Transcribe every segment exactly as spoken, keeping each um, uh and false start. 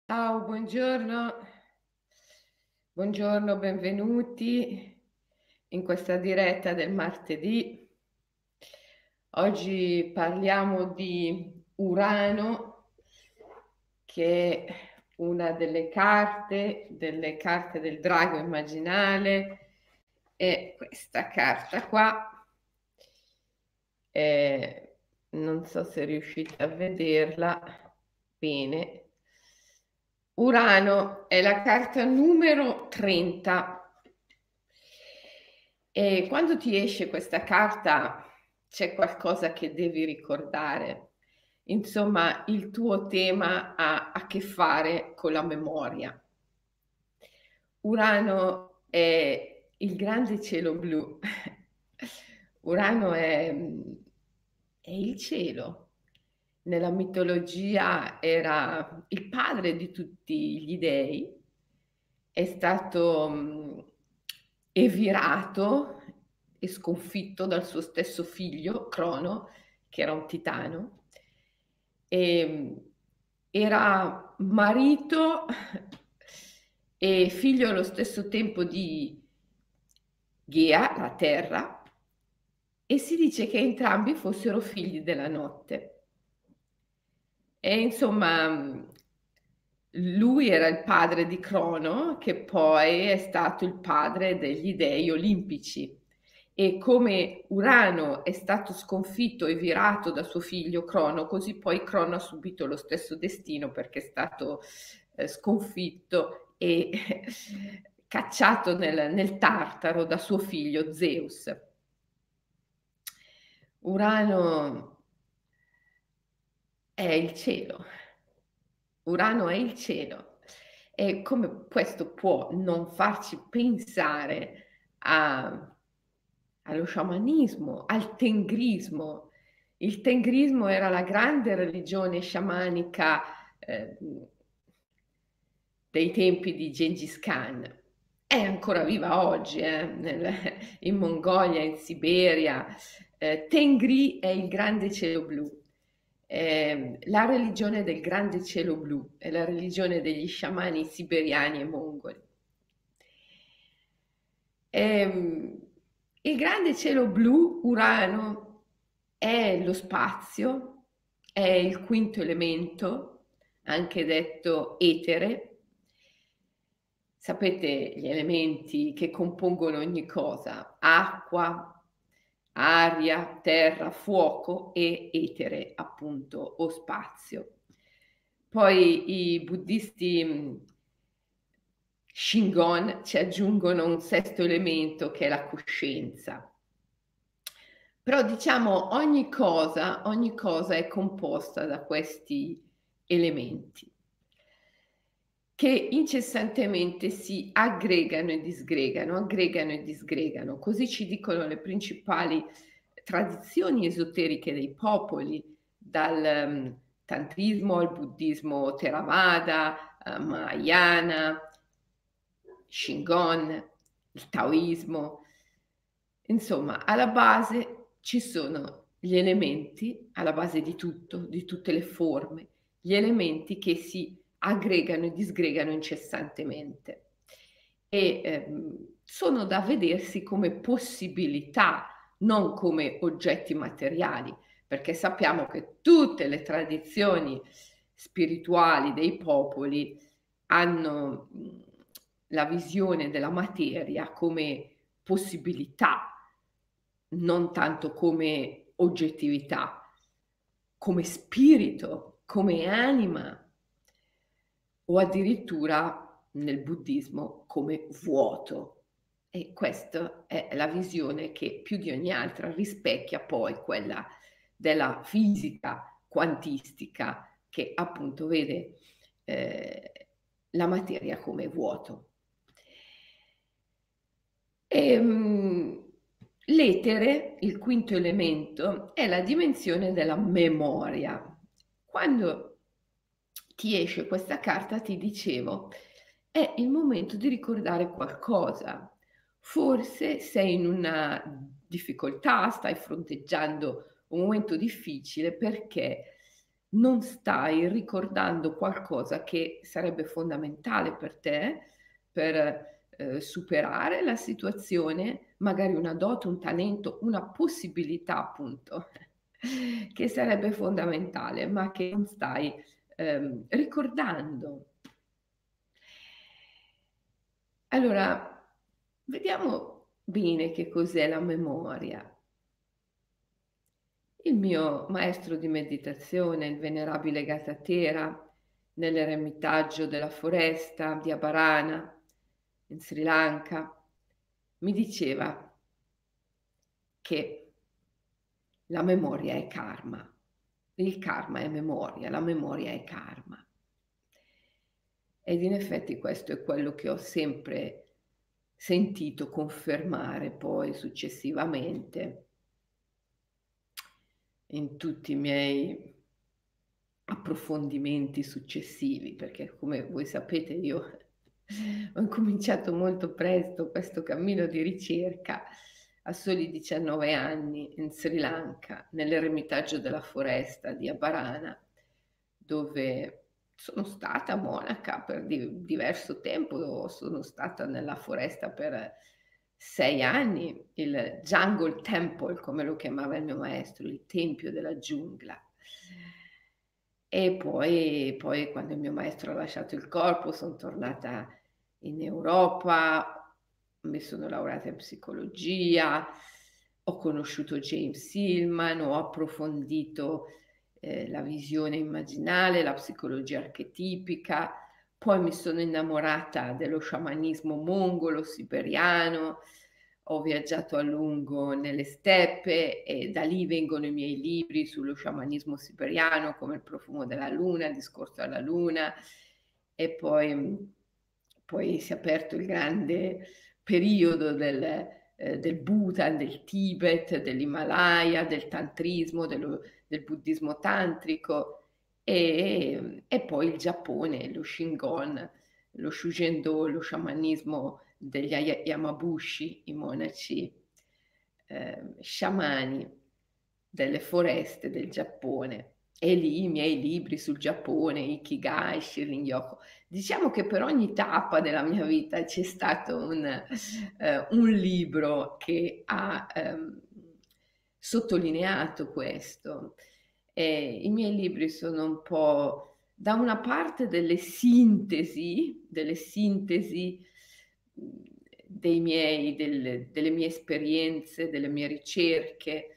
Ciao, buongiorno. Buongiorno, benvenuti in questa diretta del martedì. Oggi parliamo di Urano, che è una delle carte, delle carte del drago immaginale, e questa carta qua. Eh, non so se riuscite a vederla bene. Urano è la carta numero trenta e quando ti esce questa carta c'è qualcosa che devi ricordare. Insomma, il tuo tema ha a che fare con la memoria. Urano è il grande cielo blu. Urano è, è il cielo. Nella mitologia era il padre di tutti gli dei, è stato mh, evirato e sconfitto dal suo stesso figlio, Crono, che era un titano, e mh, era marito e figlio allo stesso tempo di Gea, la terra, e si dice che entrambi fossero figli della notte. E insomma, lui era il padre di Crono, che poi è stato il padre degli dei olimpici. E come Urano è stato sconfitto e virato da suo figlio Crono, così poi Crono ha subito lo stesso destino perché è stato eh, sconfitto e cacciato nel, nel Tartaro da suo figlio Zeus. Urano è il cielo. Urano è il cielo. E come questo può non farci pensare a, allo sciamanismo, al tengrismo. Il tengrismo era la grande religione sciamanica eh, dei tempi di Gengis Khan. È ancora viva oggi, eh, nel, in Mongolia, in Siberia. Eh, Tengri è il grande cielo blu. Eh, la religione del grande cielo blu è la religione degli sciamani siberiani e mongoli. Eh, il grande cielo blu, Urano, è lo spazio, è il quinto elemento, anche detto etere. Sapete gli elementi che compongono ogni cosa: acqua, aria, terra, fuoco e etere, appunto, o spazio. Poi i buddisti Shingon ci aggiungono un sesto elemento che è la coscienza. Però diciamo ogni cosa, ogni cosa è composta da questi elementi che incessantemente si aggregano e disgregano, aggregano e disgregano. Così ci dicono le principali tradizioni esoteriche dei popoli, dal um, tantrismo al buddismo Theravada, uh, Mahayana, Shingon, il taoismo. Insomma, alla base ci sono gli elementi, alla base di tutto, di tutte le forme, gli elementi che si aggregano e disgregano incessantemente e ehm, sono da vedersi come possibilità, non come oggetti materiali, perché sappiamo che tutte le tradizioni spirituali dei popoli hanno mh, la visione della materia come possibilità, non tanto come oggettività, come spirito, come anima o addirittura nel buddismo come vuoto. E questa è la visione che più di ogni altra rispecchia poi quella della fisica quantistica che appunto vede eh, la materia come vuoto. E, mh, l'etere, il quinto elemento, è la dimensione della memoria. Quando ti esce questa carta, ti dicevo, è il momento di ricordare qualcosa. Forse sei in una difficoltà, stai fronteggiando un momento difficile perché non stai ricordando qualcosa che sarebbe fondamentale per te, per, ehm, superare la situazione, magari una dote, un talento, una possibilità appunto, che sarebbe fondamentale, ma che non stai, ehm, ricordando. Allora, vediamo bene che cos'è la memoria. Il mio maestro di meditazione, il venerabile Gatatera, nell'eremitaggio della foresta di Abarana, in Sri Lanka, mi diceva che la memoria è karma. Il karma è memoria, la memoria è karma. Ed in effetti questo è quello che ho sempre sentito confermare poi successivamente in tutti i miei approfondimenti successivi, perché come voi sapete io ho incominciato molto presto questo cammino di ricerca a soli diciannove anni in Sri Lanka, nell'eremitaggio della foresta di Abarana, dove sono stata monaca per di diverso tempo, sono stata nella foresta per sei anni, il Jungle Temple, come lo chiamava il mio maestro, il tempio della giungla. E poi poi quando il mio maestro ha lasciato il corpo son tornata in Europa, mi sono laureata in psicologia, ho conosciuto James Hillman, ho approfondito, ehm, la visione immaginale, la psicologia archetipica, poi mi sono innamorata dello sciamanismo mongolo siberiano, ho viaggiato a lungo nelle steppe e da lì vengono i miei libri sullo sciamanismo siberiano, come Il profumo della luna, Il discorso alla luna, e poi mhmm, poi si è aperto il grande periodo del ehm, del Bhutan, del Tibet, dell'Himalaya, del tantrismo, dello del buddismo tantrico, ehm, e poi il Giappone, lo Shingon, lo Shujendo, lo sciamanismo degli Aya Yamabushi, i monaci, ehm, sciamani delle foreste del Giappone. E lì i miei libri sul Giappone, Ikigai, Shirin Yoko. Diciamo che per ogni tappa della mia vita c'è stato un ehm, un libro che ha, ehm, sottolineato questo. E i miei libri sono un po' da una parte delle sintesi delle sintesi, mhmm, dei miei del delle mie esperienze, delle mie ricerche,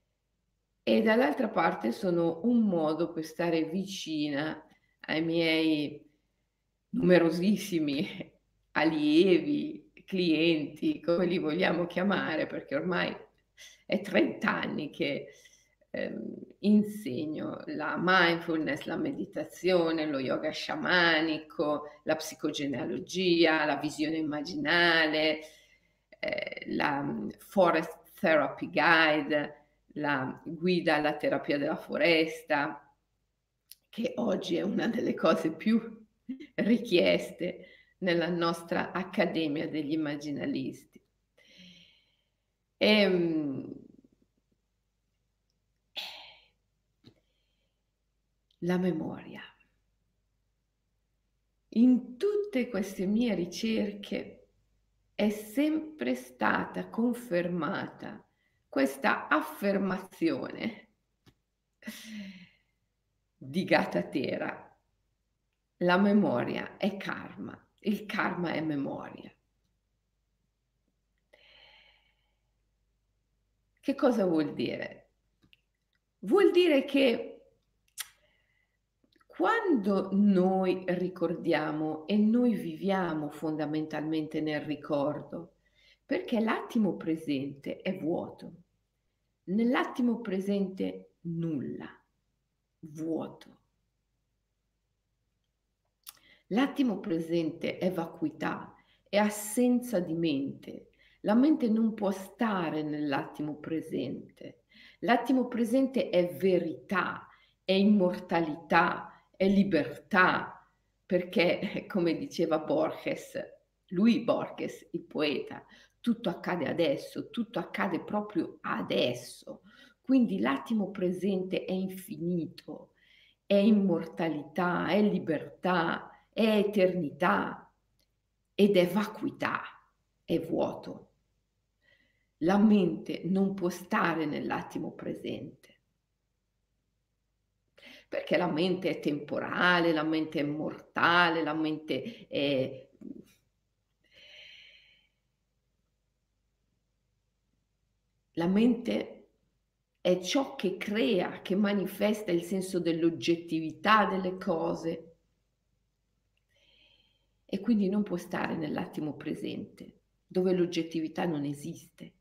e dall'altra parte sono un modo per stare vicina ai miei numerosissimi allievi, clienti, come li vogliamo chiamare, perché ormai è trenta anni che, ehm, insegno la mindfulness, la meditazione, lo yoga sciamanico, la psicogenealogia, la visione immaginale, ehm, la, mhmm, Forest Therapy Guide, la guida alla terapia della foresta, che oggi è una delle cose più richieste nella nostra accademia degli immaginalisti. Ehm, la memoria. In tutte queste mie ricerche è sempre stata confermata questa affermazione di Gatatera: la memoria è karma, il karma è memoria. Che cosa vuol dire? Vuol dire che quando noi ricordiamo e noi viviamo fondamentalmente nel ricordo, perché l'attimo presente è vuoto. Nell'attimo presente nulla, vuoto. L'attimo presente è vacuità, è assenza di mente. La mente non può stare nell'attimo presente. L'attimo presente è verità, è immortalità, è libertà, perché, come diceva Borges, lui Borges, il poeta, tutto accade adesso, tutto accade proprio adesso. Quindi l'attimo presente è infinito, è immortalità, è libertà, è eternità ed è vacuità, è vuoto. La mente non può stare nell'attimo presente, perché la mente è temporale, la mente è mortale, la mente è la mente è ciò che crea, che manifesta il senso dell'oggettività delle cose e quindi non può stare nell'attimo presente, dove l'oggettività non esiste.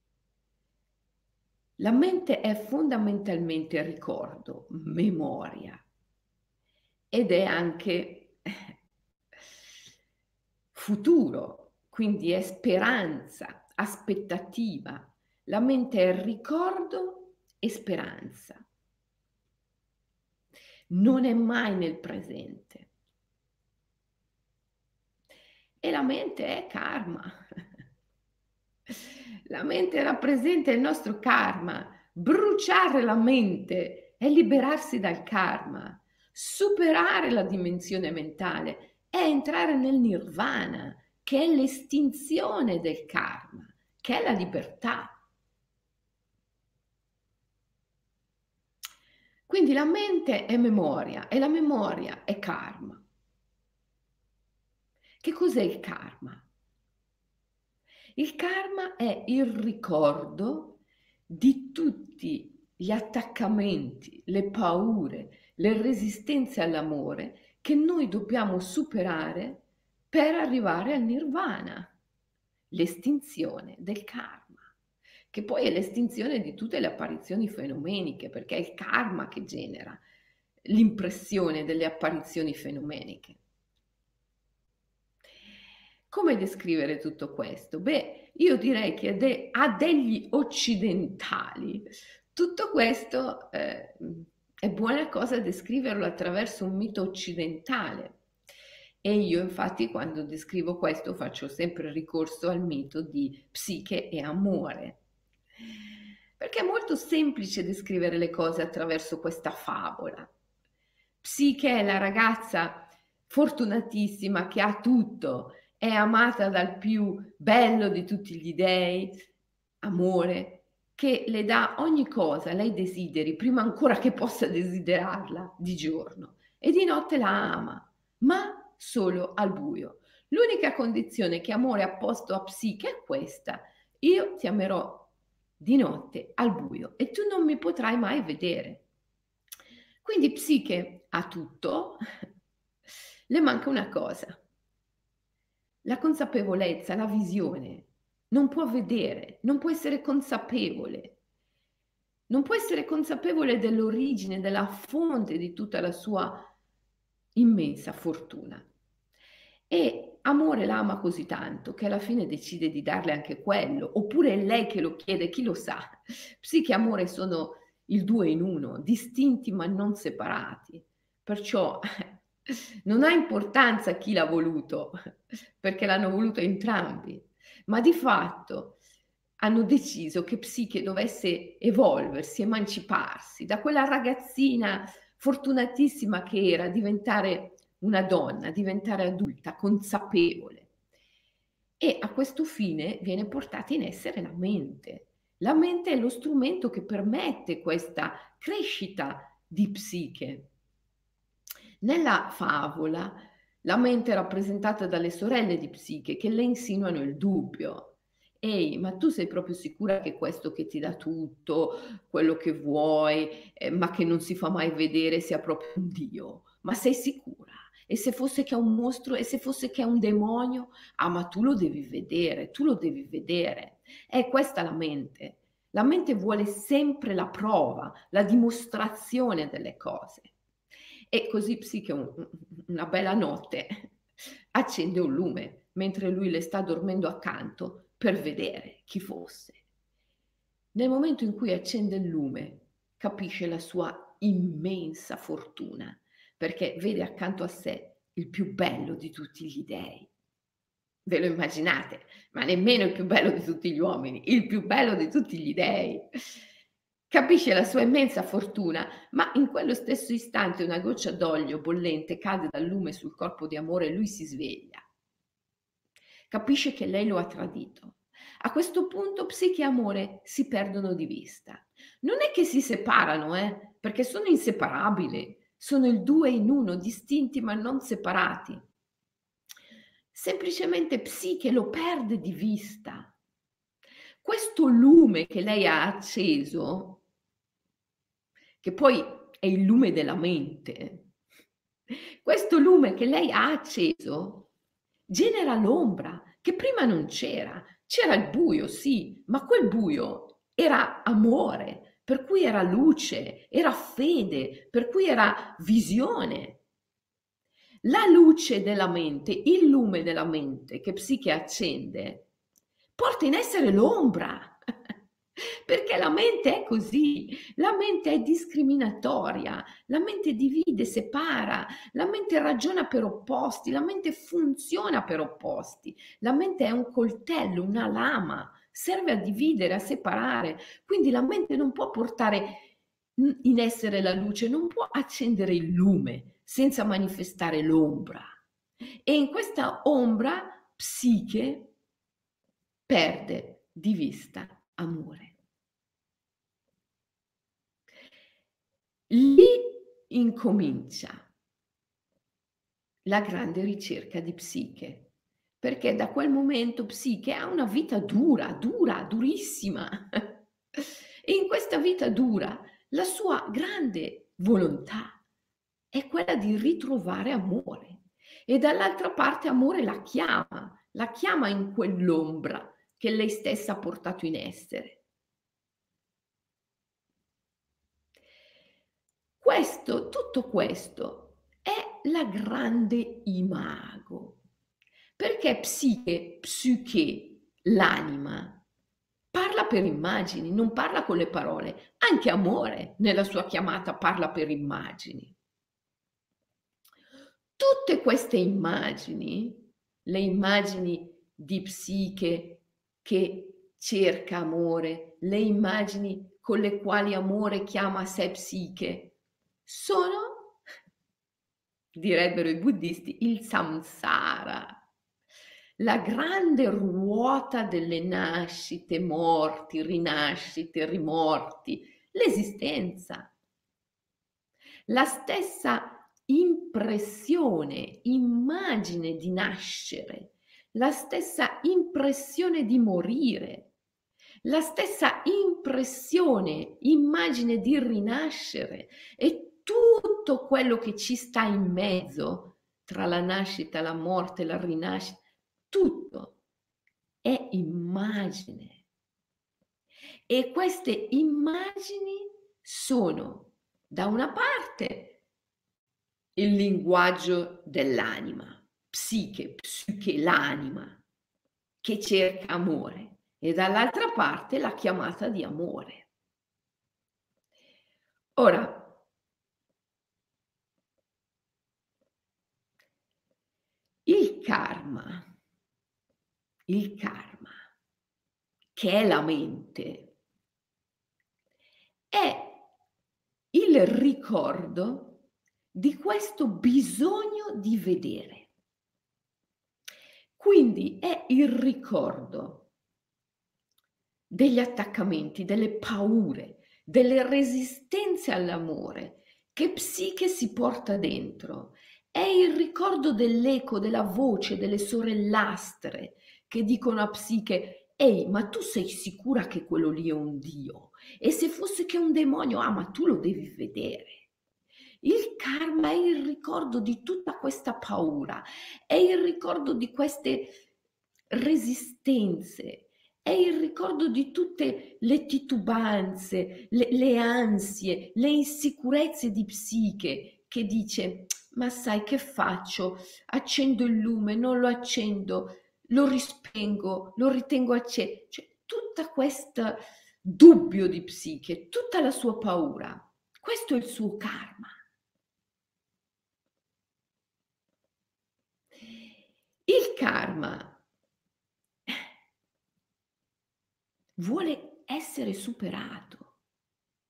La mente è fondamentalmente ricordo, memoria ed è anche futuro, quindi è speranza, aspettativa. La mente è ricordo e speranza. Non è mai nel presente. E la mente è karma. La mente rappresenta il nostro karma. Bruciare la mente è liberarsi dal karma. Superare la dimensione mentale è entrare nel nirvana, che è l'estinzione del karma, che è la libertà. Quindi la mente è memoria e la memoria è karma. Che cos'è il karma? Il karma è il ricordo di tutti gli attaccamenti, le paure, le resistenze all'amore che noi dobbiamo superare per arrivare al nirvana, l'estinzione del karma, che poi è l'estinzione di tutte le apparizioni fenomeniche, perché è il karma che genera l'impressione delle apparizioni fenomeniche. Come descrivere tutto questo? Beh, io direi che de- a degli occidentali tutto questo eh, è buona cosa descriverlo attraverso un mito occidentale. E io infatti quando descrivo questo faccio sempre ricorso al mito di Psiche e Amore, perché è molto semplice descrivere le cose attraverso questa favola. Psiche è la ragazza fortunatissima che ha tutto, è amata dal più bello di tutti gli dei, Amore, che le dà ogni cosa lei desideri prima ancora che possa desiderarla di giorno e di notte la ama, ma solo al buio. L'unica condizione che Amore ha posto a Psiche è questa: io ti amerò di notte al buio e tu non mi potrai mai vedere. Quindi Psiche ha tutto, le manca una cosa: la consapevolezza, la visione. Non può vedere, non può essere consapevole. Non può essere consapevole dell'origine, della fonte di tutta la sua immensa fortuna. E Amore la ama così tanto che alla fine decide di darle anche quello, oppure è lei che lo chiede, chi lo sa. Psiche e Amore sono il due in uno, distinti ma non separati. Perciò non ha importanza chi l'ha voluto, perché l'hanno voluto entrambi, ma di fatto hanno deciso che Psiche dovesse evolversi, emanciparsi da quella ragazzina fortunatissima che era, diventare una donna, diventare adulta, consapevole. E a questo fine viene portata in essere la mente. La mente è lo strumento che permette questa crescita di Psiche. Nella favola la mente è rappresentata dalle sorelle di Psiche che le insinuano il dubbio. Ehi, ma tu sei proprio sicura che questo che ti dà tutto, quello che vuoi, eh, ma che non si fa mai vedere sia proprio un Dio? Ma sei sicura? E se fosse che è un mostro, e se fosse che è un demonio? Ah, ma tu lo devi vedere, tu lo devi vedere. È questa la mente. La mente vuole sempre la prova, la dimostrazione delle cose. E così Psiche un una bella notte accende un lume, mentre lui le sta dormendo accanto, per vedere chi fosse. Nel momento in cui accende il lume, capisce la sua immensa fortuna, perché vede accanto a sé il più bello di tutti gli dei. Ve lo immaginate? Ma nemmeno il più bello di tutti gli uomini, il più bello di tutti gli dei. Capisce la sua immensa fortuna, ma in quello stesso istante una goccia d'olio bollente cade dal lume sul corpo di Amore e lui si sveglia. Capisce che lei lo ha tradito. A questo punto Psiche e Amore si perdono di vista. Non è che si separano, eh, perché sono inseparabili, sono il due in uno, distinti ma non separati. Semplicemente Psiche lo perde di vista. Questo lume che lei ha acceso, che poi è il lume della mente, questo lume che lei ha acceso genera l'ombra che prima non c'era. C'era il buio, sì, ma quel buio era amore, per cui era luce, era fede, per cui era visione. La luce della mente, il lume della mente che Psiche accende, porta in essere l'ombra, perché la mente è così, la mente è discriminatoria, la mente divide, separa, la mente ragiona per opposti, la mente funziona per opposti, la mente è un coltello, una lama, serve a dividere, a separare, quindi la mente non può portare in essere la luce, non può accendere il lume senza manifestare l'ombra. E in questa ombra Psiche perde di vista Amore. Lì incomincia la grande ricerca di Psiche, perché da quel momento Psiche ha una vita dura, dura, durissima. E in questa vita dura la sua grande volontà è quella di ritrovare Amore. E dall'altra parte Amore la chiama, la chiama in quell'ombra che lei stessa ha portato in essere. Questo, tutto questo è la grande imago, perché Psiche, Psyche, l'anima, parla per immagini, non parla con le parole. Anche Amore nella sua chiamata parla per immagini. Tutte queste immagini, le immagini di Psiche che cerca Amore, le immagini con le quali Amore chiama a sé Psiche, sono, direbbero i buddisti, il samsara, la grande ruota delle nascite, morti, rinascite, rimorti, l'esistenza. La stessa impressione, immagine di nascere, la stessa impressione di morire, la stessa impressione, immagine di rinascere e tutto quello che ci sta in mezzo tra la nascita, la morte, la rinascita, tutto è immagine. E queste immagini sono, da una parte, il linguaggio dell'anima, psiche, psiche, l'anima, che cerca amore, e dall'altra parte la chiamata di amore. Ora, il karma, il karma, che è la mente, è il ricordo di questo bisogno di vedere. Quindi è il ricordo degli attaccamenti, delle paure, delle resistenze all'amore che Psiche si porta dentro. È il ricordo dell'eco, della voce, delle sorellastre che dicono a Psiche: ehi, ma tu sei sicura che quello lì è un dio? E se fosse che è un demonio, ah, ma tu lo devi vedere. Il karma è il ricordo di tutta questa paura, è il ricordo di queste resistenze, è il ricordo di tutte le titubanze, le, le ansie, le insicurezze di Psiche che dice: ma sai che faccio? Accendo il lume, non lo accendo, lo rispengo, lo ritengo acceso. Cioè, tutta questa dubbio di Psiche, tutta la sua paura, questo è il suo karma. Il karma vuole essere superato.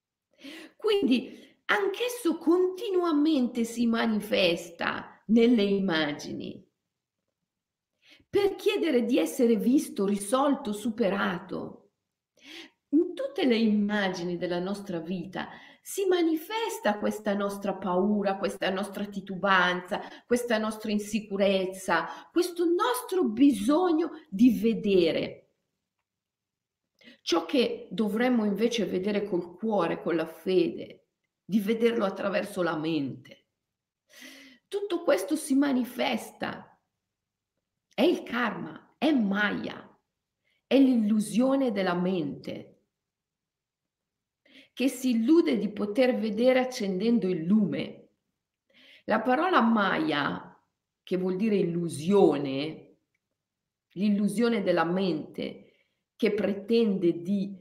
Quindi anch'esso continuamente si manifesta nelle immagini per chiedere di essere visto, risolto, superato. In tutte le immagini della nostra vita si manifesta questa nostra paura, questa nostra titubanza, questa nostra insicurezza, questo nostro bisogno di vedere ciò che dovremmo invece vedere col cuore, con la fede, di vederlo attraverso la mente. Tutto questo si manifesta. È il karma, è Maya, è l'illusione della mente che si illude di poter vedere accendendo il lume. La parola Maya, che vuol dire illusione, l'illusione della mente che pretende di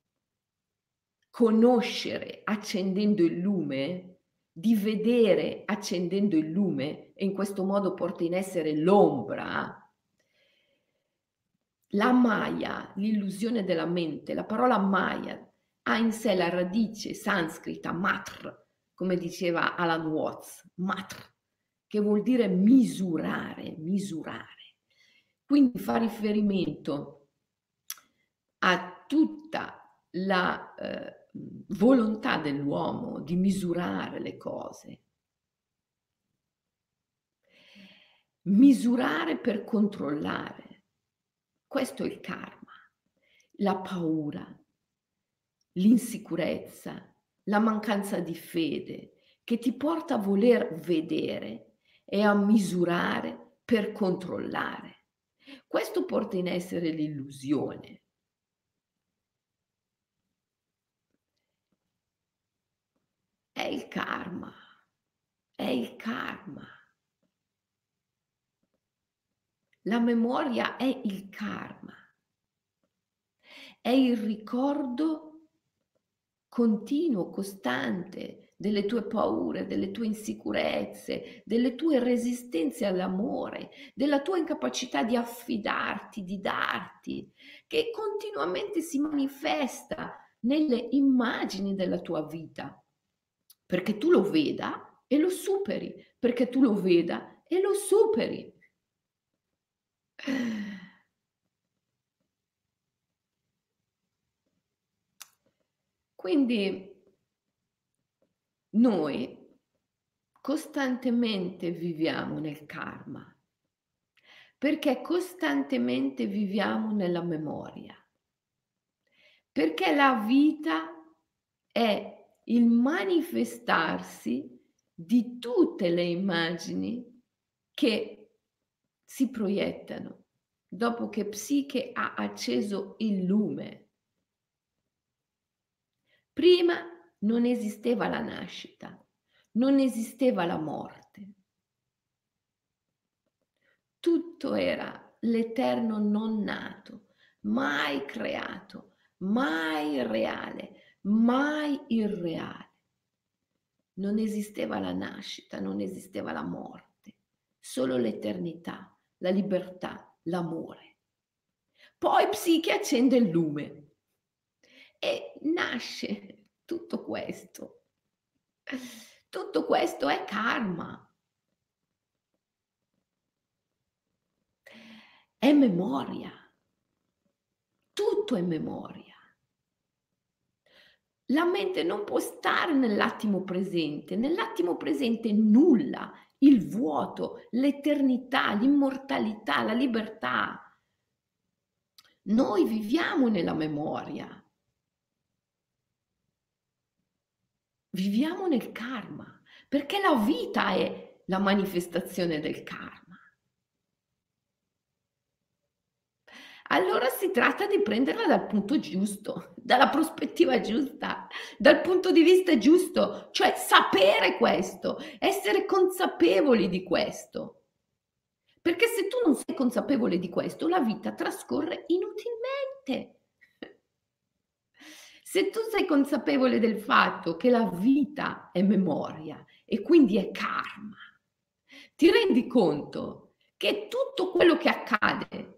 conoscere accendendo il lume, di vedere accendendo il lume e in questo modo porta in essere l'ombra. La Maya, l'illusione della mente, la parola Maya ha in sé la radice sanscrita matr, come diceva Alan Watts, matr, che vuol dire misurare, misurare. Quindi fa riferimento a tutta la eh, volontà dell'uomo di misurare le cose. Misurare per controllare. Questo è il karma, la paura, l'insicurezza, la mancanza di fede che ti porta a voler vedere e a misurare per controllare. Questo porta in essere l'illusione. È il karma, è il karma. La memoria è il karma, è il ricordo continuo, costante delle tue paure, delle tue insicurezze, delle tue resistenze all'amore, della tua incapacità di affidarti, di darti, che continuamente si manifesta nelle immagini della tua vita, perché tu lo veda e lo superi, perché tu lo veda e lo superi. Quindi noi costantemente viviamo nel karma, perché costantemente viviamo nella memoria, perché la vita è il manifestarsi di tutte le immagini che si proiettano dopo che Psiche ha acceso il lume. Prima non esisteva la nascita, non esisteva la morte. Tutto era l'eterno non nato, mai creato, mai reale, mai irreale. Non esisteva la nascita, non esisteva la morte, solo l'eternità, la libertà, l'amore. Poi Psiche accende il lume e nasce tutto questo. Tutto questo è karma. È memoria. Tutto è memoria. La mente non può stare nell'attimo presente. Nell'attimo presente nulla, il vuoto, l'eternità, l'immortalità, la libertà. Noi viviamo nella memoria. Viviamo nel karma, perché la vita è la manifestazione del karma. Allora si tratta di prenderla dal punto giusto, dalla prospettiva giusta, dal punto di vista giusto, cioè sapere questo, essere consapevoli di questo. Perché se tu non sei consapevole di questo, la vita trascorre inutilmente. Se tu sei consapevole del fatto che la vita è memoria e quindi è karma, ti rendi conto che tutto quello che accade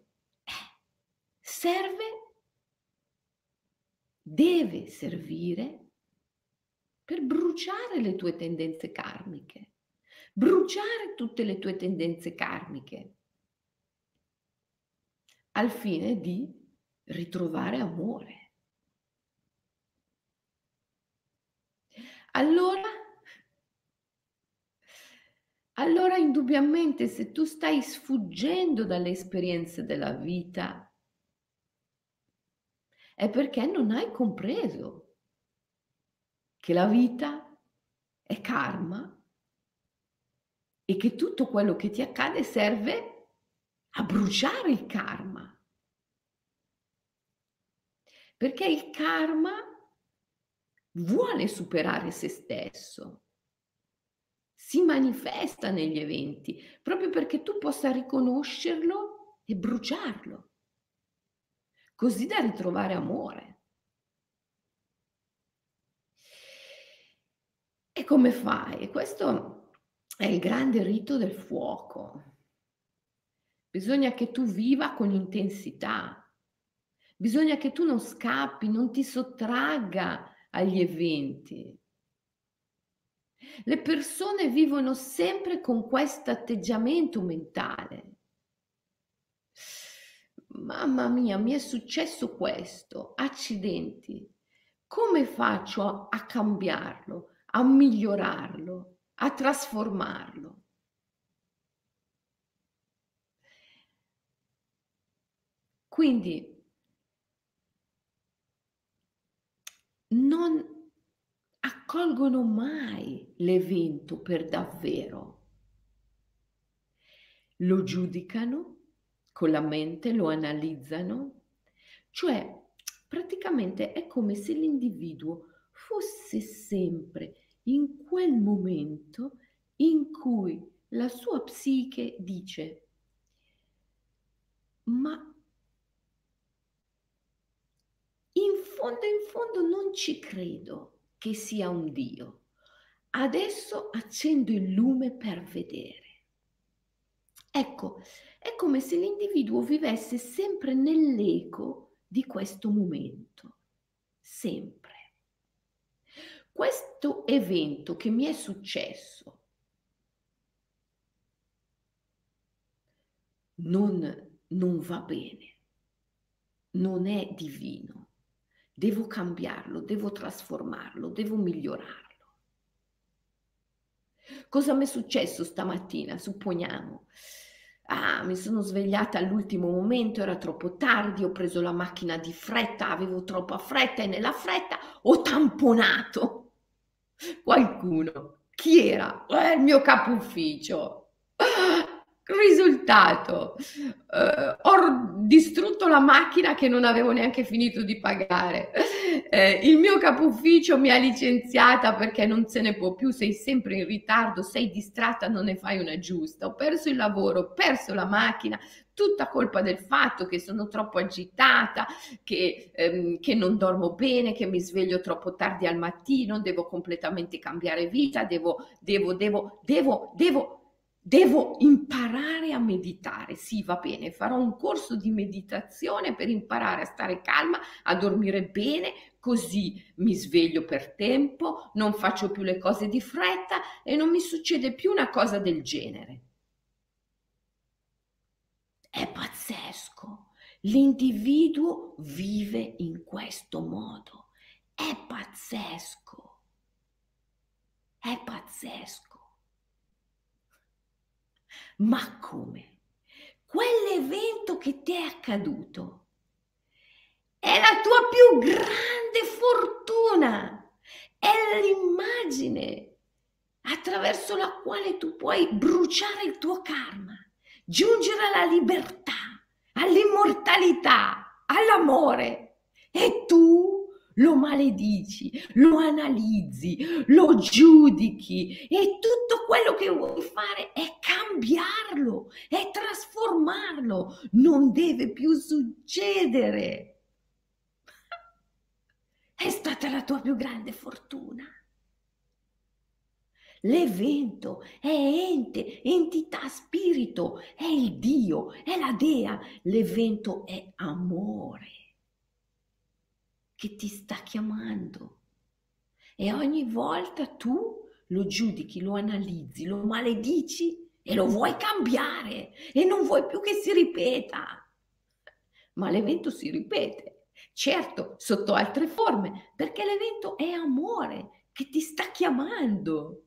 serve, deve servire per bruciare le tue tendenze karmiche, bruciare tutte le tue tendenze karmiche, al fine di ritrovare amore. Allora allora indubbiamente se tu stai sfuggendo dalle esperienze della vita è perché non hai compreso che la vita è karma e che tutto quello che ti accade serve a bruciare il karma. Perché il karma vuole superare se stesso, si manifesta negli eventi, proprio perché tu possa riconoscerlo e bruciarlo, così da ritrovare amore. E come fai? Questo è il grande rito del fuoco. Bisogna che tu viva con intensità. Bisogna che tu non scappi, non ti sottragga agli eventi. Le persone vivono sempre con questo atteggiamento mentale. Mamma mia, mi è successo questo, accidenti. Come faccio a cambiarlo, a migliorarlo, a trasformarlo? Quindi non accolgono mai l'evento per davvero. Lo giudicano con la mente, lo analizzano, cioè praticamente è come se l'individuo fosse sempre in quel momento in cui la sua psiche dice: ma in fondo, in fondo non ci credo che sia un Dio. Adesso accendo il lume per vedere. Ecco, è come se l'individuo vivesse sempre nell'eco di questo momento, sempre. Questo evento che mi è successo non, non va bene, non è divino, devo cambiarlo, devo trasformarlo, devo migliorarlo. Cosa mi è successo stamattina? Supponiamo. Ah, mi sono svegliata all'ultimo momento, era troppo tardi, ho preso la macchina di fretta, avevo troppa fretta e nella fretta ho tamponato qualcuno. Chi era? Eh, il mio capo ufficio. Risultato, eh, ho distrutto la macchina che non avevo neanche finito di pagare. Eh, il mio capo ufficio mi ha licenziata perché non se ne può più, sei sempre in ritardo, sei distratta, non ne fai una giusta. Ho perso il lavoro, ho perso la macchina, tutta colpa del fatto che sono troppo agitata, che, ehm, che non dormo bene, che mi sveglio troppo tardi al mattino, devo completamente cambiare vita, devo, devo, devo, devo, devo Devo imparare a meditare. Sì, va bene, farò un corso di meditazione per imparare a stare calma, a dormire bene, così mi sveglio per tempo, non faccio più le cose di fretta e non mi succede più una cosa del genere. È pazzesco. L'individuo vive in questo modo. È pazzesco. È pazzesco. Ma come? Quell'evento che ti è accaduto è la tua più grande fortuna, è l'immagine attraverso la quale tu puoi bruciare il tuo karma, giungere alla libertà, all'immortalità, all'amore. E tu lo maledici, lo analizzi, lo giudichi e tutto quello che vuoi fare è cambiarlo, è trasformarlo, non deve più succedere. È stata la tua più grande fortuna. L'evento è ente, entità, spirito, è il Dio, è la Dea. L'evento è amore che ti sta chiamando. E ogni volta tu lo giudichi, lo analizzi, lo maledici e lo vuoi cambiare e non vuoi più che si ripeta. Ma l'evento si ripete, certo, sotto altre forme, perché l'evento è amore che ti sta chiamando.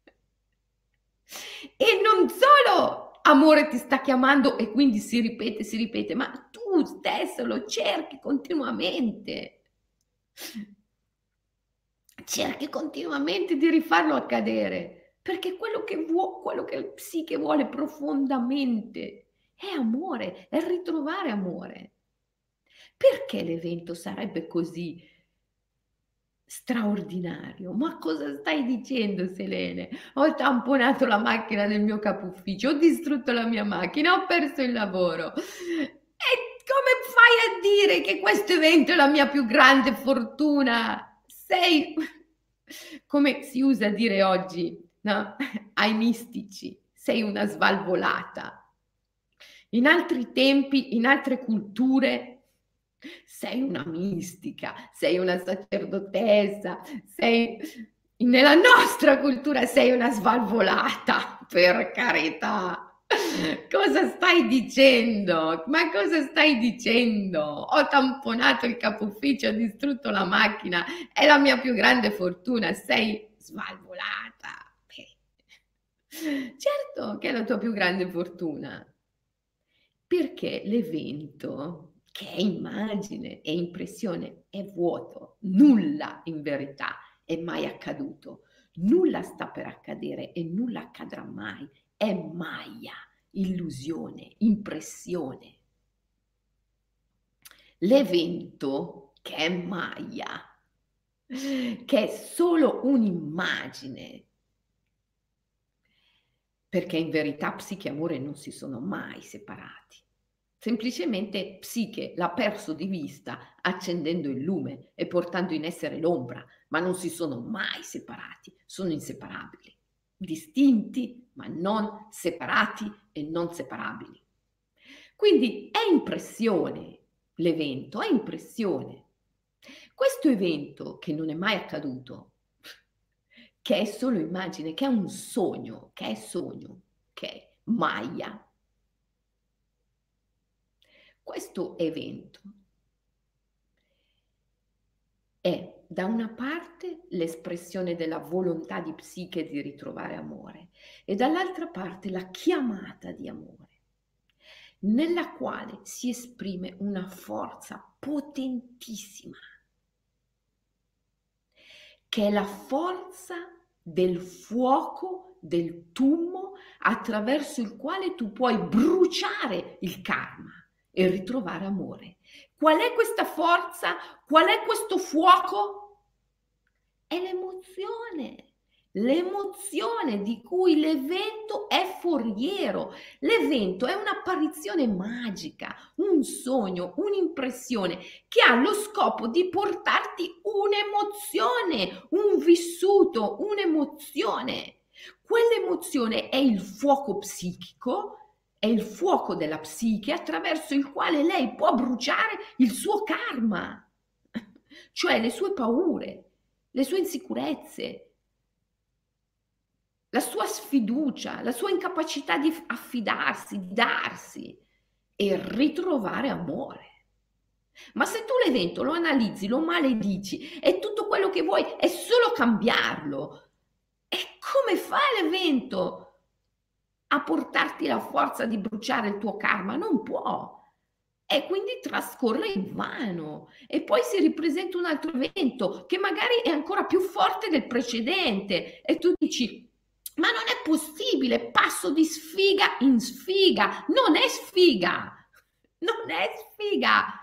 E non solo amore ti sta chiamando e quindi si ripete, si ripete, ma tu stesso lo cerchi continuamente. Cerchi continuamente di rifarlo accadere, perché quello che vuo quello che il psiche vuole profondamente è amore, è ritrovare amore. Perché l'evento sarebbe così straordinario? Ma cosa stai dicendo, Selene? Ho tamponato la macchina del mio capo ufficio, ho distrutto la mia macchina, ho perso il lavoro. E come fai a dire che questo evento è la mia più grande fortuna? Sei, come si usa a dire oggi, no? Ai mistici, sei una svalvolata. In altri tempi, in altre culture, sei una mistica, sei una sacerdotessa, sei nella nostra cultura sei una svalvolata, per carità. Cosa stai dicendo? Ma cosa stai dicendo? Ho tamponato il capo ufficio, ho distrutto la macchina, è la mia più grande fortuna, sei svalvolata. Certo che è la tua più grande fortuna. Perché l'evento, che è immagine, è impressione, è vuoto, nulla in verità è mai accaduto, nulla sta per accadere e nulla accadrà mai, è maya, illusione, impressione. L'evento, che è maya, che è solo un'immagine, perché in verità psiche e amore non si sono mai separati. Semplicemente psiche l'ha perso di vista accendendo il lume e portando in essere l'ombra, ma non si sono mai separati, sono inseparabili, distinti ma non separati e non separabili. Quindi è impressione l'evento, è impressione. Questo evento che non è mai accaduto, che è solo immagine, che è un sogno, che è sogno, che è maya. Questo evento è da una parte l'espressione della volontà di psiche di ritrovare amore e dall'altra parte la chiamata di amore, nella quale si esprime una forza potentissima, che è la forza del fuoco del tummo attraverso il quale tu puoi bruciare il karma e ritrovare amore. Qual è questa forza? Qual è questo fuoco? È l'emozione. L'emozione di cui l'evento è foriero. L'evento è un'apparizione magica, un sogno, un'impressione che ha lo scopo di portarti un'emozione, un vissuto, un'emozione. Quell'emozione è il fuoco psichico, è il fuoco della psiche attraverso il quale lei può bruciare il suo karma, cioè le sue paure, le sue insicurezze, la sua sfiducia, la sua incapacità di affidarsi, di darsi e ritrovare amore. Ma se tu l'evento lo analizzi, lo maledici e tutto quello che vuoi è solo cambiarlo, e come fa l'evento a portarti la forza di bruciare il tuo karma? Non può. E quindi trascorre in vano e poi si ripresenta un altro evento che magari è ancora più forte del precedente e tu dici ma non è possibile, passo di sfiga in sfiga, non è sfiga, non è sfiga,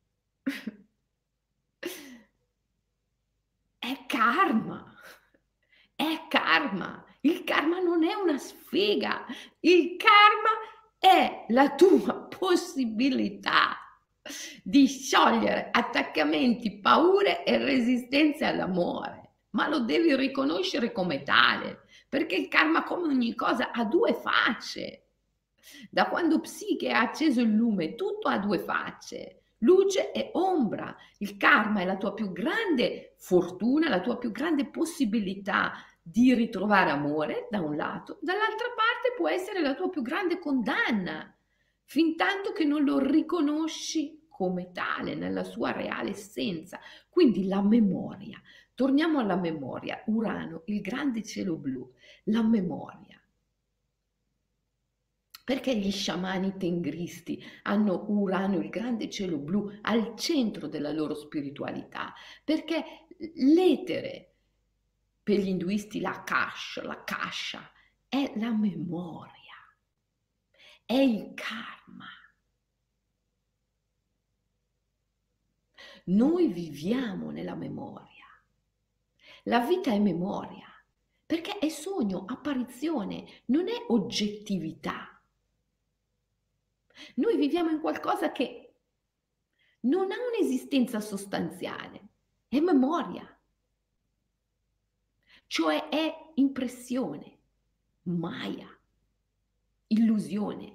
è karma, è karma, il karma non è una sfiga, il karma è la tua possibilità di sciogliere attaccamenti, paure e resistenze all'amore, ma lo devi riconoscere come tale, perché il karma, come ogni cosa, ha due facce. Da quando Psiche ha acceso il lume, tutto ha due facce. luce e ombra. Il karma è la tua più grande fortuna, la tua più grande possibilità di ritrovare amore da un lato, dall'altra parte può essere la tua più grande condanna, fin tanto che non lo riconosci come tale, nella sua reale essenza. Quindi la memoria, torniamo alla memoria, Urano, il grande cielo blu, la memoria. Perché gli sciamani tengristi hanno Urano, il grande cielo blu, al centro della loro spiritualità? Perché l'etere, per gli induisti la kasha, la kasha, è la memoria, è il karma. Noi viviamo nella memoria. La vita è memoria, perché è sogno, apparizione, non è oggettività. Noi viviamo in qualcosa che non ha un'esistenza sostanziale, è memoria, cioè è impressione, maya, illusione.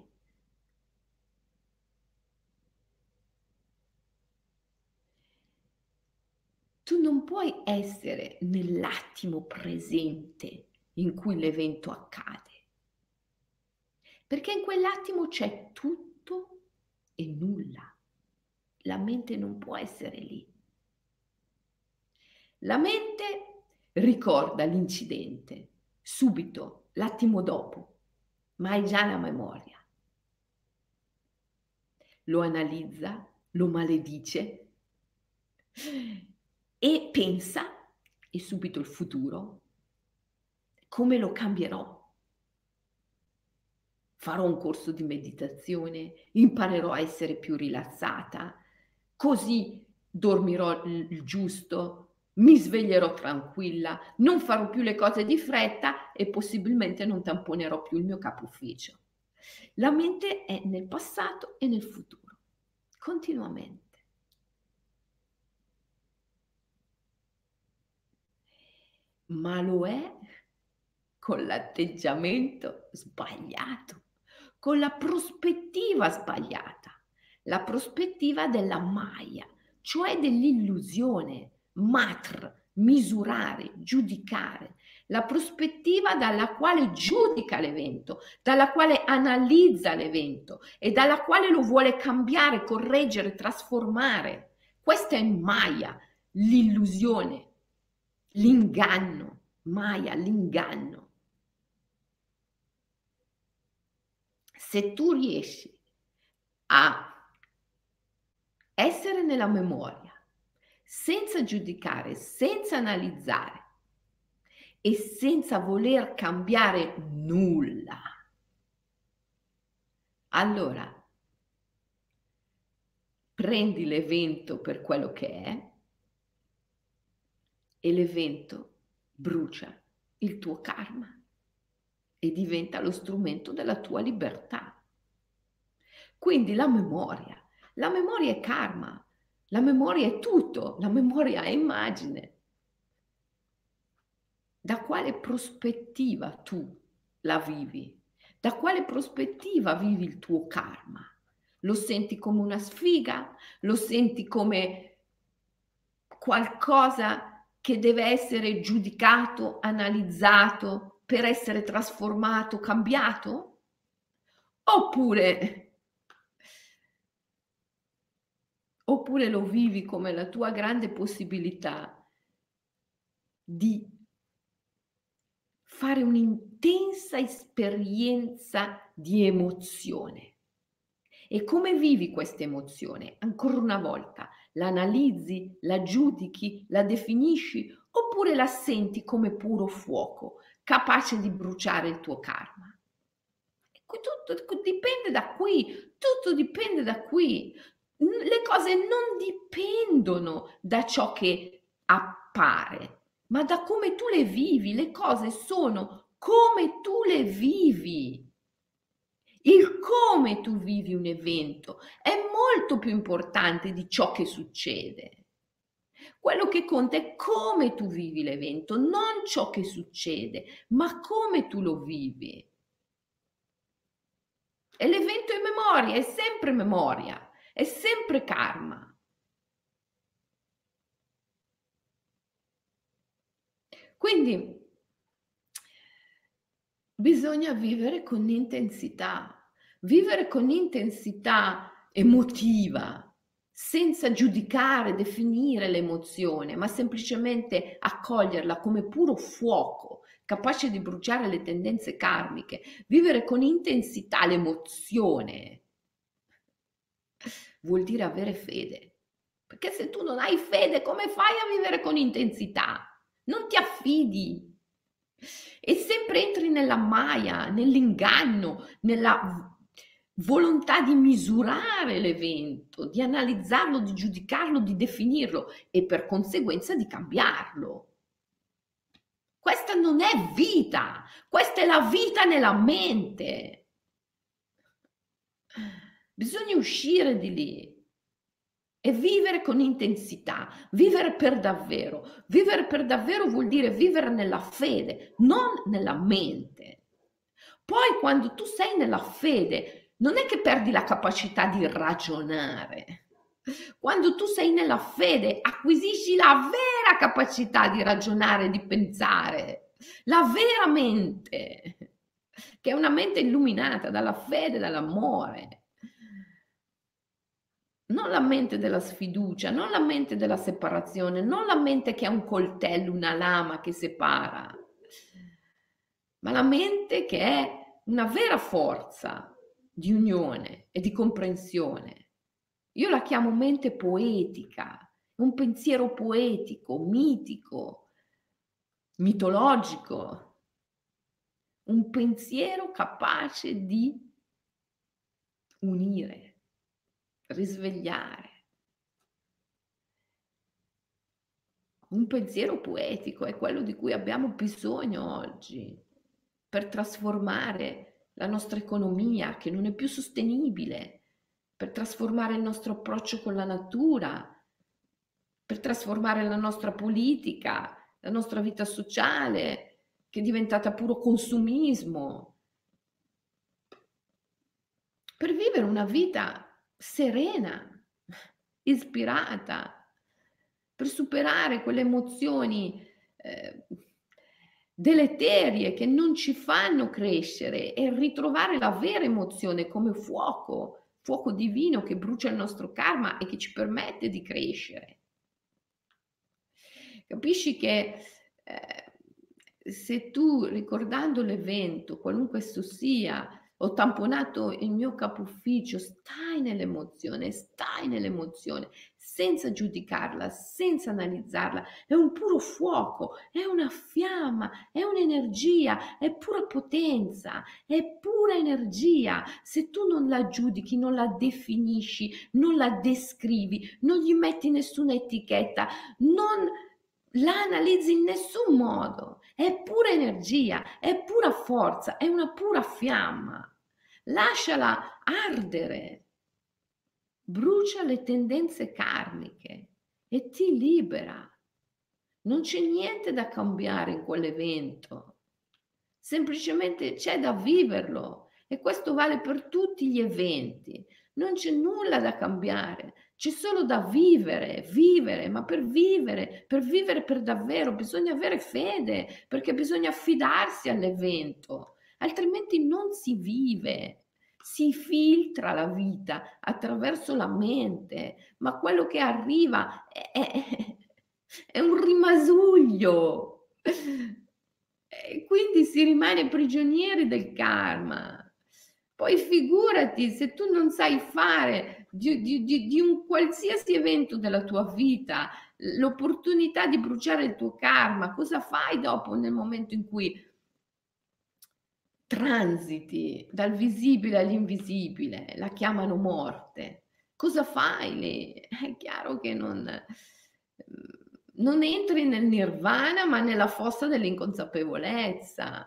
Tu non puoi essere nell'attimo presente in cui l'evento accade, perché in quell'attimo c'è tutto e nulla. La mente non può essere lì. La mente ricorda l'incidente subito, l'attimo dopo, ma è già la memoria. Lo analizza, lo maledice e pensa, e subito il futuro, come lo cambierò. Farò un corso di meditazione, imparerò a essere più rilassata, così dormirò il giusto, mi sveglierò tranquilla, non farò più le cose di fretta e possibilmente non tamponerò più il mio capo ufficio. La mente è nel passato e nel futuro, continuamente. Ma lo è con l'atteggiamento sbagliato, con la prospettiva sbagliata, la prospettiva della maya, cioè dell'illusione, matr, misurare, giudicare, la prospettiva dalla quale giudica l'evento, dalla quale analizza l'evento e dalla quale lo vuole cambiare, correggere, trasformare. Questa è maya, l'illusione, l'inganno, maya, l'inganno. Se tu riesci a essere nella memoria, senza giudicare, senza analizzare e senza voler cambiare nulla, allora prendi l'evento per quello che è e l'evento brucia il tuo karma e diventa lo strumento della tua libertà. Quindi la memoria, la memoria è karma, la memoria è tutto, la memoria è immagine. Da quale prospettiva tu la vivi? Da quale prospettiva vivi il tuo karma? Lo senti come una sfiga? Lo senti come qualcosa che deve essere giudicato, analizzato per essere trasformato, cambiato? Oppure Oppure lo vivi come la tua grande possibilità di fare un'intensa esperienza di emozione. E come vivi questa emozione? Ancora una volta, la analizzi, la giudichi, la definisci oppure la senti come puro fuoco, capace di bruciare il tuo karma? Tutto dipende da qui, tutto dipende da qui. Le cose non dipendono da ciò che appare, ma da come tu le vivi. Le cose sono come tu le vivi. Il come tu vivi un evento è molto più importante di ciò che succede. Quello che conta è come tu vivi l'evento, non ciò che succede, ma come tu lo vivi. E l'evento è memoria, è sempre memoria. è sempre karma. Quindi bisogna vivere con intensità, vivere con intensità emotiva, senza giudicare, definire l'emozione, ma semplicemente accoglierla come puro fuoco, capace di bruciare le tendenze karmiche. Vivere con intensità l'emozione vuol dire avere fede, perché se tu non hai fede, come fai a vivere con intensità? Non ti affidi e sempre entri nella maia, nell'inganno, nella volontà di misurare l'evento, di analizzarlo, di giudicarlo, di definirlo e per conseguenza di cambiarlo. Questa non è vita, questa è la vita nella mente. Bisogna uscire di lì e vivere con intensità, vivere per davvero. Vivere per davvero vuol dire vivere nella fede, non nella mente. Poi quando tu sei nella fede, non è che perdi la capacità di ragionare. Quando tu sei nella fede, acquisisci la vera capacità di ragionare, di pensare, la vera mente, che è una mente illuminata dalla fede, dall'amore. Non la mente della sfiducia, non la mente della separazione, non la mente che è un coltello, una lama che separa, ma la mente che è una vera forza di unione e di comprensione. Io la chiamo mente poetica, un pensiero poetico, mitico, mitologico, un pensiero capace di unire, risvegliare. Un pensiero poetico è quello di cui abbiamo bisogno oggi per trasformare la nostra economia che non è più sostenibile, per trasformare il nostro approccio con la natura, per trasformare la nostra politica, la nostra vita sociale che è diventata puro consumismo, per vivere una vita serena, ispirata, per superare quelle emozioni eh, deleterie che non ci fanno crescere e ritrovare la vera emozione come fuoco, fuoco divino che brucia il nostro karma e che ci permette di crescere. Capisci che eh, se tu, ricordando l'evento, qualunque esso sia, ho tamponato il mio capo ufficio, stai nell'emozione, stai nell'emozione, senza giudicarla, senza analizzarla, è un puro fuoco, è una fiamma, è un'energia, è pura potenza, è pura energia. Se tu non la giudichi, non la definisci, non la descrivi, non gli metti nessuna etichetta, non la analizzi in nessun modo, è pura energia, è pura forza, è una pura fiamma. Lasciala ardere, brucia le tendenze karmiche e ti libera. Non c'è niente da cambiare in quell'evento, semplicemente c'è da viverlo e questo vale per tutti gli eventi. Non c'è nulla da cambiare, c'è solo da vivere, vivere, ma per vivere, per vivere per davvero bisogna avere fede, perché bisogna affidarsi all'evento, altrimenti non si vive, si filtra la vita attraverso la mente, ma quello che arriva è, è, è un rimasuglio. E quindi si rimane prigionieri del karma. Poi figurati se tu non sai fare di, di, di, di un qualsiasi evento della tua vita l'opportunità di bruciare il tuo karma, cosa fai dopo nel momento in cui transiti dal visibile all'invisibile? La chiamano morte. Cosa fai lì? È chiaro che non, non entri nel nirvana, ma nella fossa dell'inconsapevolezza.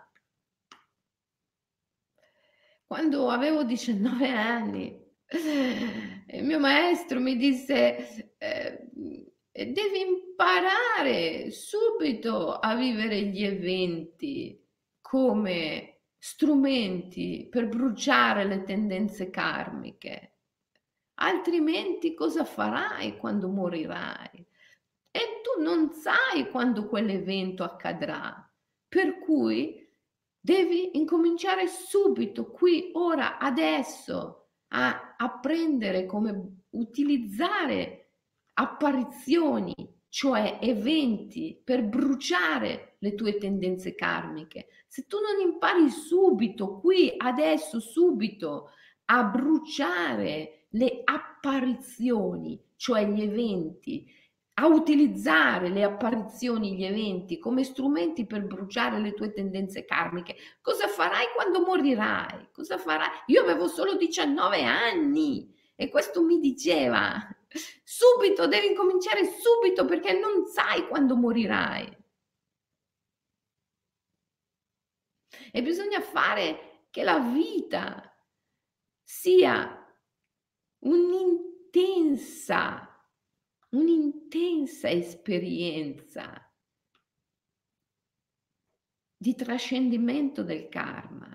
Quando avevo diciannove anni, il mio maestro mi disse, eh, devi imparare subito a vivere gli eventi come strumenti per bruciare le tendenze karmiche. altrimenti cosa farai quando morirai? E tu non sai quando quell'evento accadrà, per cui devi incominciare subito, qui, ora, adesso, a apprendere come utilizzare apparizioni, cioè eventi, per bruciare le tue tendenze karmiche. Se tu non impari subito, qui, adesso, subito, a bruciare le apparizioni, cioè gli eventi, a utilizzare le apparizioni, gli eventi come strumenti per bruciare le tue tendenze karmiche, cosa farai quando morirai? Cosa farai? Io avevo solo diciannove anni e questo mi diceva subito, devi incominciare subito perché non sai quando morirai. E bisogna fare che la vita sia un'intensa, un'intensa esperienza di trascendimento del karma,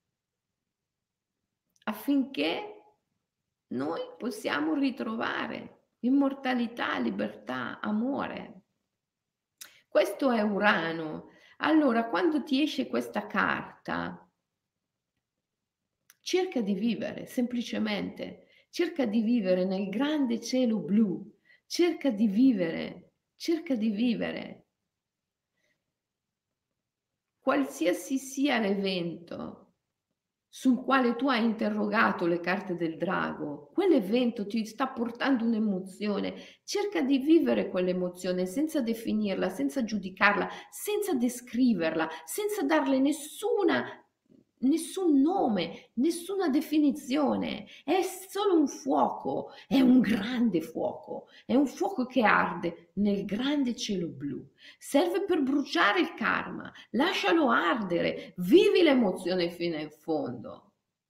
affinché noi possiamo ritrovare immortalità, libertà, amore. Questo è Urano. Allora, quando ti esce questa carta, cerca di vivere, semplicemente, cerca di vivere nel grande cielo blu, cerca di vivere, cerca di vivere. Qualsiasi sia l'evento sul quale tu hai interrogato le carte del drago, quell'evento ti sta portando un'emozione, cerca di vivere quell'emozione senza definirla, senza giudicarla, senza descriverla, senza darle nessuna, nessun nome, nessuna definizione. È solo un fuoco, è un grande fuoco, è un fuoco che arde nel grande cielo blu. Serve per bruciare il karma, lascialo ardere, vivi l'emozione fino in fondo.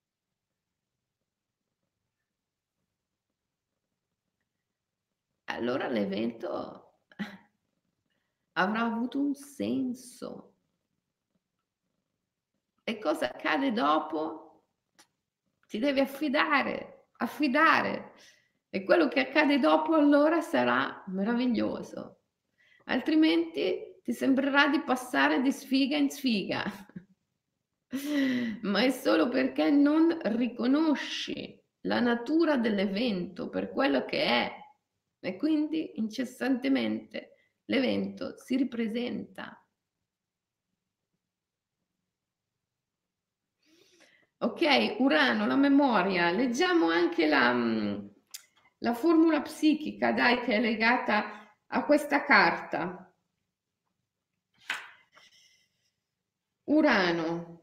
Allora l'evento avrà avuto un senso. E cosa accade dopo? Ti devi affidare, affidare. E quello che accade dopo allora sarà meraviglioso. Altrimenti ti sembrerà di passare di sfiga in sfiga. Ma è solo perché non riconosci la natura dell'evento per quello che è e quindi incessantemente l'evento si ripresenta. Ok, Urano, la memoria. Leggiamo anche la, mm, la formula psichica, dai, che è legata a questa carta. Urano.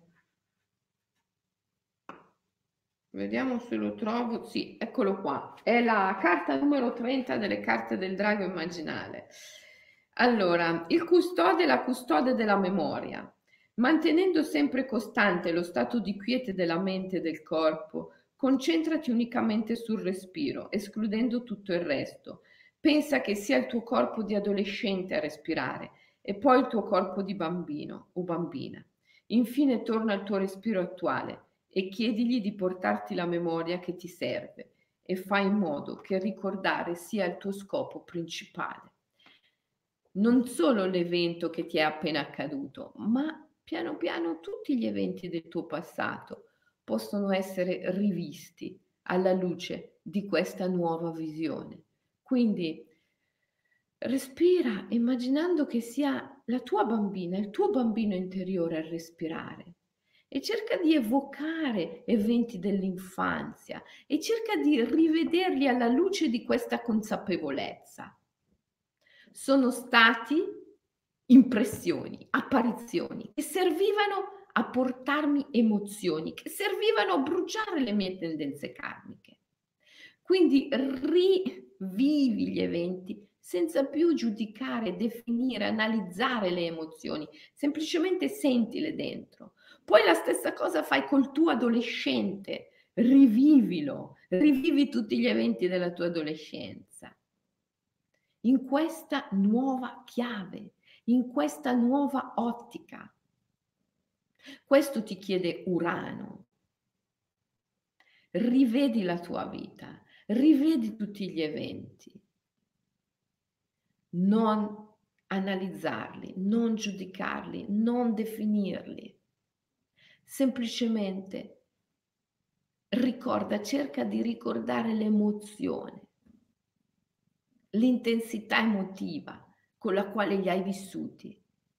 Vediamo se lo trovo. Sì, eccolo qua. È la carta numero trenta delle carte del drago immaginale. Allora, il custode è la custode della memoria. Mantenendo sempre costante lo stato di quiete della mente e del corpo, concentrati unicamente sul respiro, escludendo tutto il resto. Pensa che sia il tuo corpo di adolescente a respirare e poi il tuo corpo di bambino o bambina. Infine torna al tuo respiro attuale e chiedigli di portarti la memoria che ti serve e fai in modo che ricordare sia il tuo scopo principale. Non solo l'evento che ti è appena accaduto, ma piano piano tutti gli eventi del tuo passato possono essere rivisti alla luce di questa nuova visione. Quindi respira immaginando che sia la tua bambina, il tuo bambino interiore a respirare e cerca di evocare eventi dell'infanzia e cerca di rivederli alla luce di questa consapevolezza. Sono stati impressioni, apparizioni che servivano a portarmi emozioni, che servivano a bruciare le mie tendenze karmiche. Quindi rivivi gli eventi senza più giudicare, definire, analizzare le emozioni, semplicemente sentile dentro. Poi la stessa cosa fai col tuo adolescente, rivivilo, rivivi tutti gli eventi della tua adolescenza. In questa nuova chiave, in questa nuova ottica. Questo ti chiede Urano. Rivedi la tua vita, rivedi tutti gli eventi, non analizzarli, non giudicarli, non definirli. Semplicemente ricorda, cerca di ricordare l'emozione, l'intensità emotiva con la quale li hai vissuti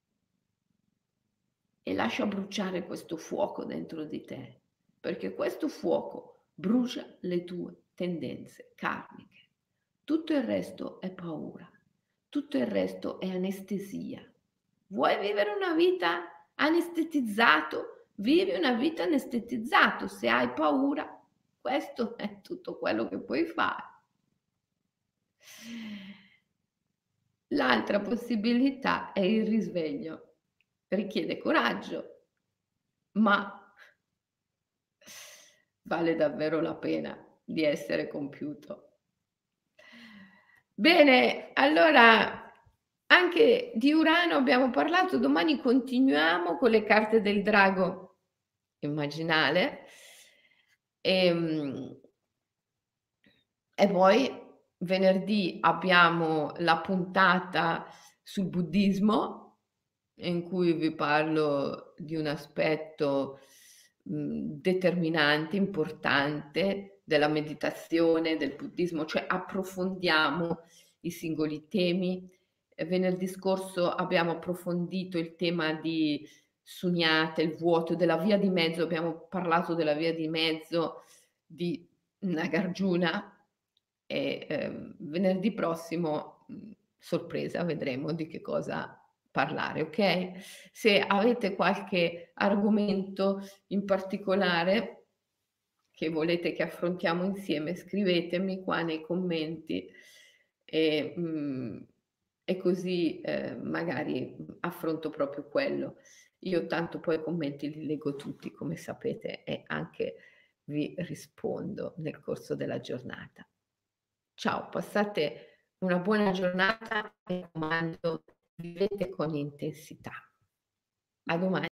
e lascia bruciare questo fuoco dentro di te, perché questo fuoco brucia le tue tendenze karmiche. Tutto il resto è paura, tutto il resto è anestesia. Vuoi vivere una vita anestetizzato? Vivi una vita anestetizzato. Se hai paura, questo è tutto quello che puoi fare. L'altra possibilità è il risveglio. Richiede coraggio, ma vale davvero la pena di essere compiuto. Bene, allora anche di Urano abbiamo parlato, domani continuiamo con le carte del drago immaginale. Ehm, e poi venerdì abbiamo la puntata sul buddismo, in cui vi parlo di un aspetto, mhmm, determinante, importante della meditazione, del buddismo, cioè approfondiamo i singoli temi. Ehm, venerdì scorso abbiamo approfondito il tema di Sunyata, il vuoto, della via di mezzo, abbiamo parlato della via di mezzo di Nagarjuna e, ehm, venerdì prossimo, mhmm, sorpresa, vedremo di che cosa parlare, okay? Se avete qualche argomento in particolare che volete che affrontiamo insieme, scrivetemi qua nei commenti e, mhmm, e così, ehm, magari, mhmm, affronto proprio quello. Io tanto poi i commenti li leggo tutti, come sapete, e anche vi rispondo nel corso della giornata. Ciao, passate una buona giornata, mi raccomando, vivete con intensità. A domani.